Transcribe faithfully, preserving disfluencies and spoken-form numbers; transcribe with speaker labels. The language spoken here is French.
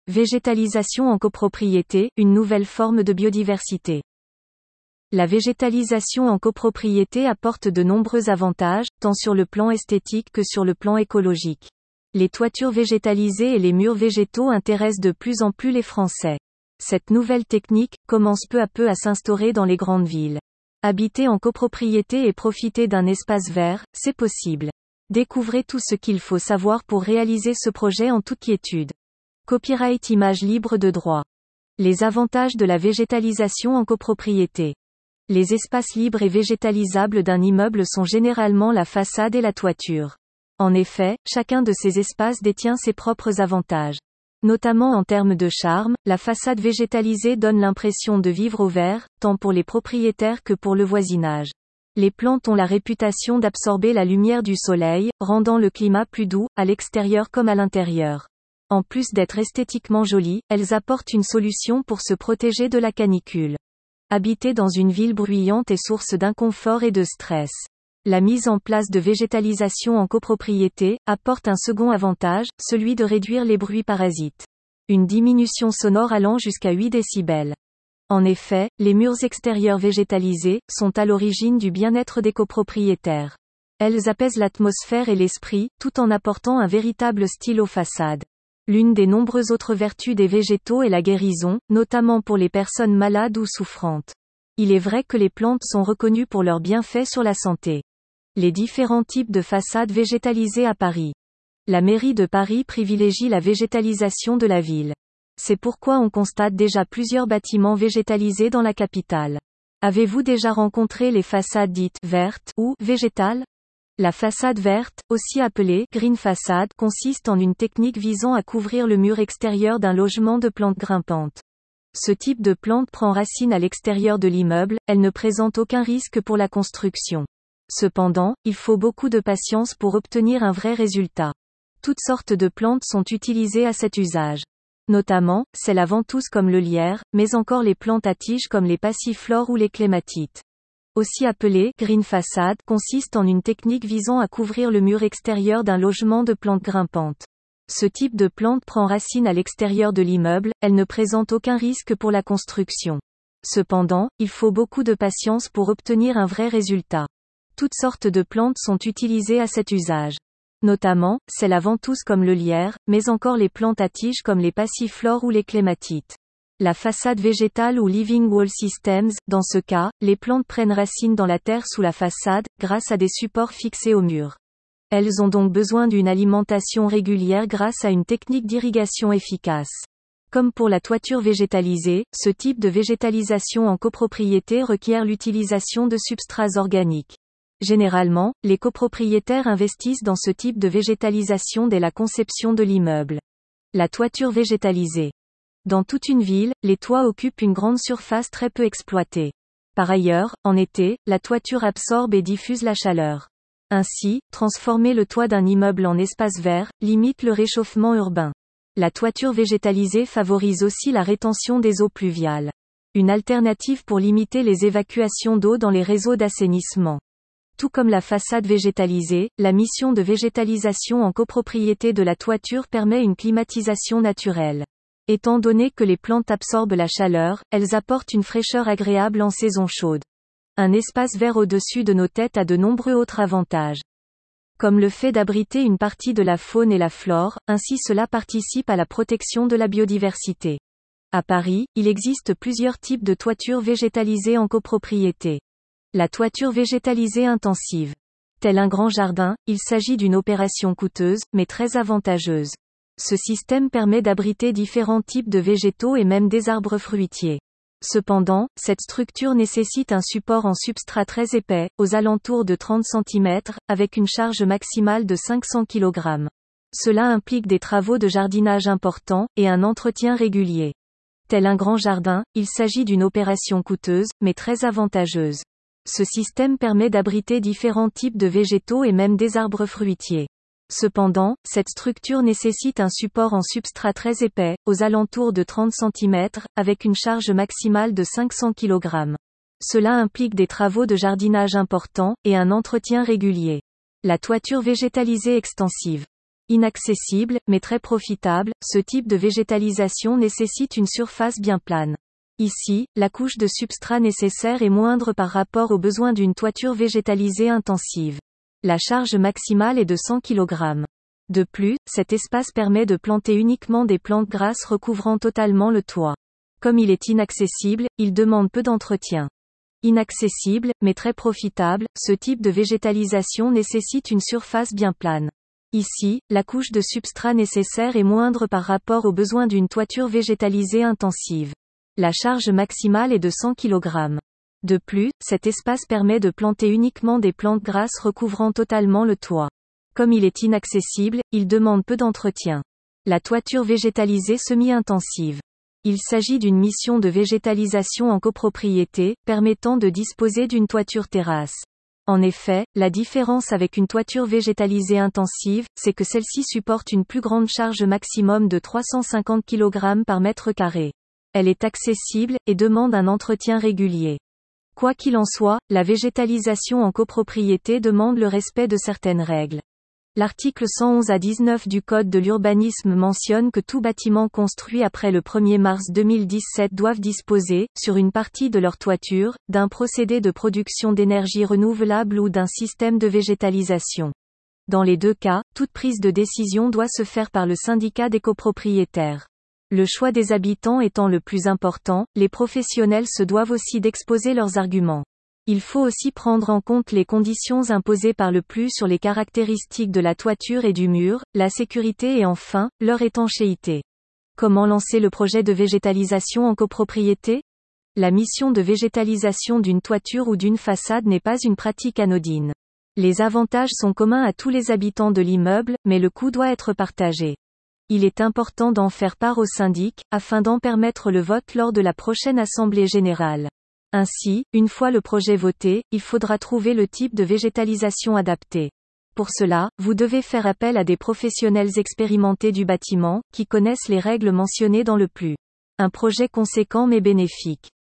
Speaker 1: Végétalisation en copropriété, une nouvelle forme de biodiversité. La végétalisation en copropriété apporte de nombreux avantages, tant sur le plan esthétique que sur le plan écologique. Les toitures végétalisées et les murs végétaux intéressent de plus en plus les Français. Cette nouvelle technique commence peu à peu à s'instaurer dans les grandes villes. Habiter en copropriété et profiter d'un espace vert, c'est possible. Découvrez tout ce qu'il faut savoir pour réaliser ce projet en toute quiétude. Copyright image libre de droit. Les avantages de la végétalisation en copropriété. Les espaces libres et végétalisables d'un immeuble sont généralement la façade et la toiture. En effet, chacun de ces espaces détient ses propres avantages. Notamment en termes de charme, la façade végétalisée donne l'impression de vivre au vert, tant pour les propriétaires que pour le voisinage. Les plantes ont la réputation d'absorber la lumière du soleil, rendant le climat plus doux, à l'extérieur comme à l'intérieur. En plus d'être esthétiquement jolies, elles apportent une solution pour se protéger de la canicule. Habiter dans une ville bruyante est source d'inconfort et de stress. La mise en place de végétalisation en copropriété apporte un second avantage, celui de réduire les bruits parasites. Une diminution sonore allant jusqu'à huit décibels. En effet, les murs extérieurs végétalisés sont à l'origine du bien-être des copropriétaires. Elles apaisent l'atmosphère et l'esprit, tout en apportant un véritable style aux façades. L'une des nombreuses autres vertus des végétaux est la guérison, notamment pour les personnes malades ou souffrantes. Il est vrai que les plantes sont reconnues pour leurs bienfaits sur la santé. Les différents types de façades végétalisées à Paris. La mairie de Paris privilégie la végétalisation de la ville. C'est pourquoi on constate déjà plusieurs bâtiments végétalisés dans la capitale. Avez-vous déjà rencontré les façades dites vertes ou végétales ? La façade verte, aussi appelée green façade, consiste en une technique visant à couvrir le mur extérieur d'un logement de plantes grimpantes. Ce type de plante prend racine à l'extérieur de l'immeuble, elle ne présente aucun risque pour la construction. Cependant, il faut beaucoup de patience pour obtenir un vrai résultat. Toutes sortes de plantes sont utilisées à cet usage. Notamment, c'est la ventouse comme le lierre, mais encore les plantes à tiges comme les passiflores ou les clématites. Aussi appelée green façade, consiste en une technique visant à couvrir le mur extérieur d'un logement de plantes grimpantes. Ce type de plante prend racine à l'extérieur de l'immeuble, elle ne présente aucun risque pour la construction. Cependant, il faut beaucoup de patience pour obtenir un vrai résultat. Toutes sortes de plantes sont utilisées à cet usage. Notamment, c'est la ventouse comme le lierre, mais encore les plantes à tiges comme les passiflores ou les clématites. La façade végétale ou living wall systems, dans ce cas, les plantes prennent racine dans la terre sous la façade, grâce à des supports fixés au mur. Elles ont donc besoin d'une alimentation régulière grâce à une technique d'irrigation efficace. Comme pour la toiture végétalisée, ce type de végétalisation en copropriété requiert l'utilisation de substrats organiques. Généralement, les copropriétaires investissent dans ce type de végétalisation dès la conception de l'immeuble. La toiture végétalisée. Dans toute une ville, les toits occupent une grande surface très peu exploitée. Par ailleurs, en été, la toiture absorbe et diffuse la chaleur. Ainsi, transformer le toit d'un immeuble en espace vert limite le réchauffement urbain. La toiture végétalisée favorise aussi la rétention des eaux pluviales. Une alternative pour limiter les évacuations d'eau dans les réseaux d'assainissement. Tout comme la façade végétalisée, la mission de végétalisation en copropriété de la toiture permet une climatisation naturelle. Étant donné que les plantes absorbent la chaleur, elles apportent une fraîcheur agréable en saison chaude. Un espace vert au-dessus de nos têtes a de nombreux autres avantages. Comme le fait d'abriter une partie de la faune et la flore, ainsi cela participe à la protection de la biodiversité. À Paris, il existe plusieurs types de toitures végétalisées en copropriété. La toiture végétalisée intensive. Tel un grand jardin, il s'agit d'une opération coûteuse, mais très avantageuse. Ce système permet d'abriter différents types de végétaux et même des arbres fruitiers. Cependant, cette structure nécessite un support en substrat très épais, aux alentours de trente centimètres, avec une charge maximale de cinq cents kilogrammes. Cela implique des travaux de jardinage importants, et un entretien régulier. Tel un grand jardin, il s'agit d'une opération coûteuse, mais très avantageuse. Ce système permet d'abriter différents types de végétaux et même des arbres fruitiers. Cependant, cette structure nécessite un support en substrat très épais, aux alentours de trente centimètres, avec une charge maximale de cinq cents kilogrammes. Cela implique des travaux de jardinage importants, et un entretien régulier. La toiture végétalisée extensive. Inaccessible, mais très profitable, ce type de végétalisation nécessite une surface bien plane. Ici, la couche de substrat nécessaire est moindre par rapport aux besoins d'une toiture végétalisée intensive. La charge maximale est de cent kilogrammes. De plus, cet espace permet de planter uniquement des plantes grasses recouvrant totalement le toit. Comme il est inaccessible, il demande peu d'entretien. Inaccessible, mais très profitable, ce type de végétalisation nécessite une surface bien plane. Ici, la couche de substrat nécessaire est moindre par rapport aux besoins d'une toiture végétalisée intensive. La charge maximale est de cent kilogrammes. De plus, cet espace permet de planter uniquement des plantes grasses recouvrant totalement le toit. Comme il est inaccessible, il demande peu d'entretien. La toiture végétalisée semi-intensive. Il s'agit d'une mission de végétalisation en copropriété, permettant de disposer d'une toiture terrasse. En effet, la différence avec une toiture végétalisée intensive, c'est que celle-ci supporte une plus grande charge maximum de trois cent cinquante kilogrammes par mètre carré. Elle est accessible, et demande un entretien régulier. Quoi qu'il en soit, la végétalisation en copropriété demande le respect de certaines règles. L'article cent onze A dix-neuf du Code de l'urbanisme mentionne que tout bâtiment construit après le premier mars deux mille dix-sept doivent disposer, sur une partie de leur toiture, d'un procédé de production d'énergie renouvelable ou d'un système de végétalisation. Dans les deux cas, toute prise de décision doit se faire par le syndicat des copropriétaires. Le choix des habitants étant le plus important, les professionnels se doivent aussi d'exposer leurs arguments. Il faut aussi prendre en compte les conditions imposées par le plus sur les caractéristiques de la toiture et du mur, la sécurité et enfin, leur étanchéité. Comment lancer le projet de végétalisation en copropriété ? La mission de végétalisation d'une toiture ou d'une façade n'est pas une pratique anodine. Les avantages sont communs à tous les habitants de l'immeuble, mais le coût doit être partagé. Il est important d'en faire part au syndic, afin d'en permettre le vote lors de la prochaine assemblée générale. Ainsi, une fois le projet voté, il faudra trouver le type de végétalisation adapté. Pour cela, vous devez faire appel à des professionnels expérimentés du bâtiment, qui connaissent les règles mentionnées dans le plus. Un projet conséquent mais bénéfique.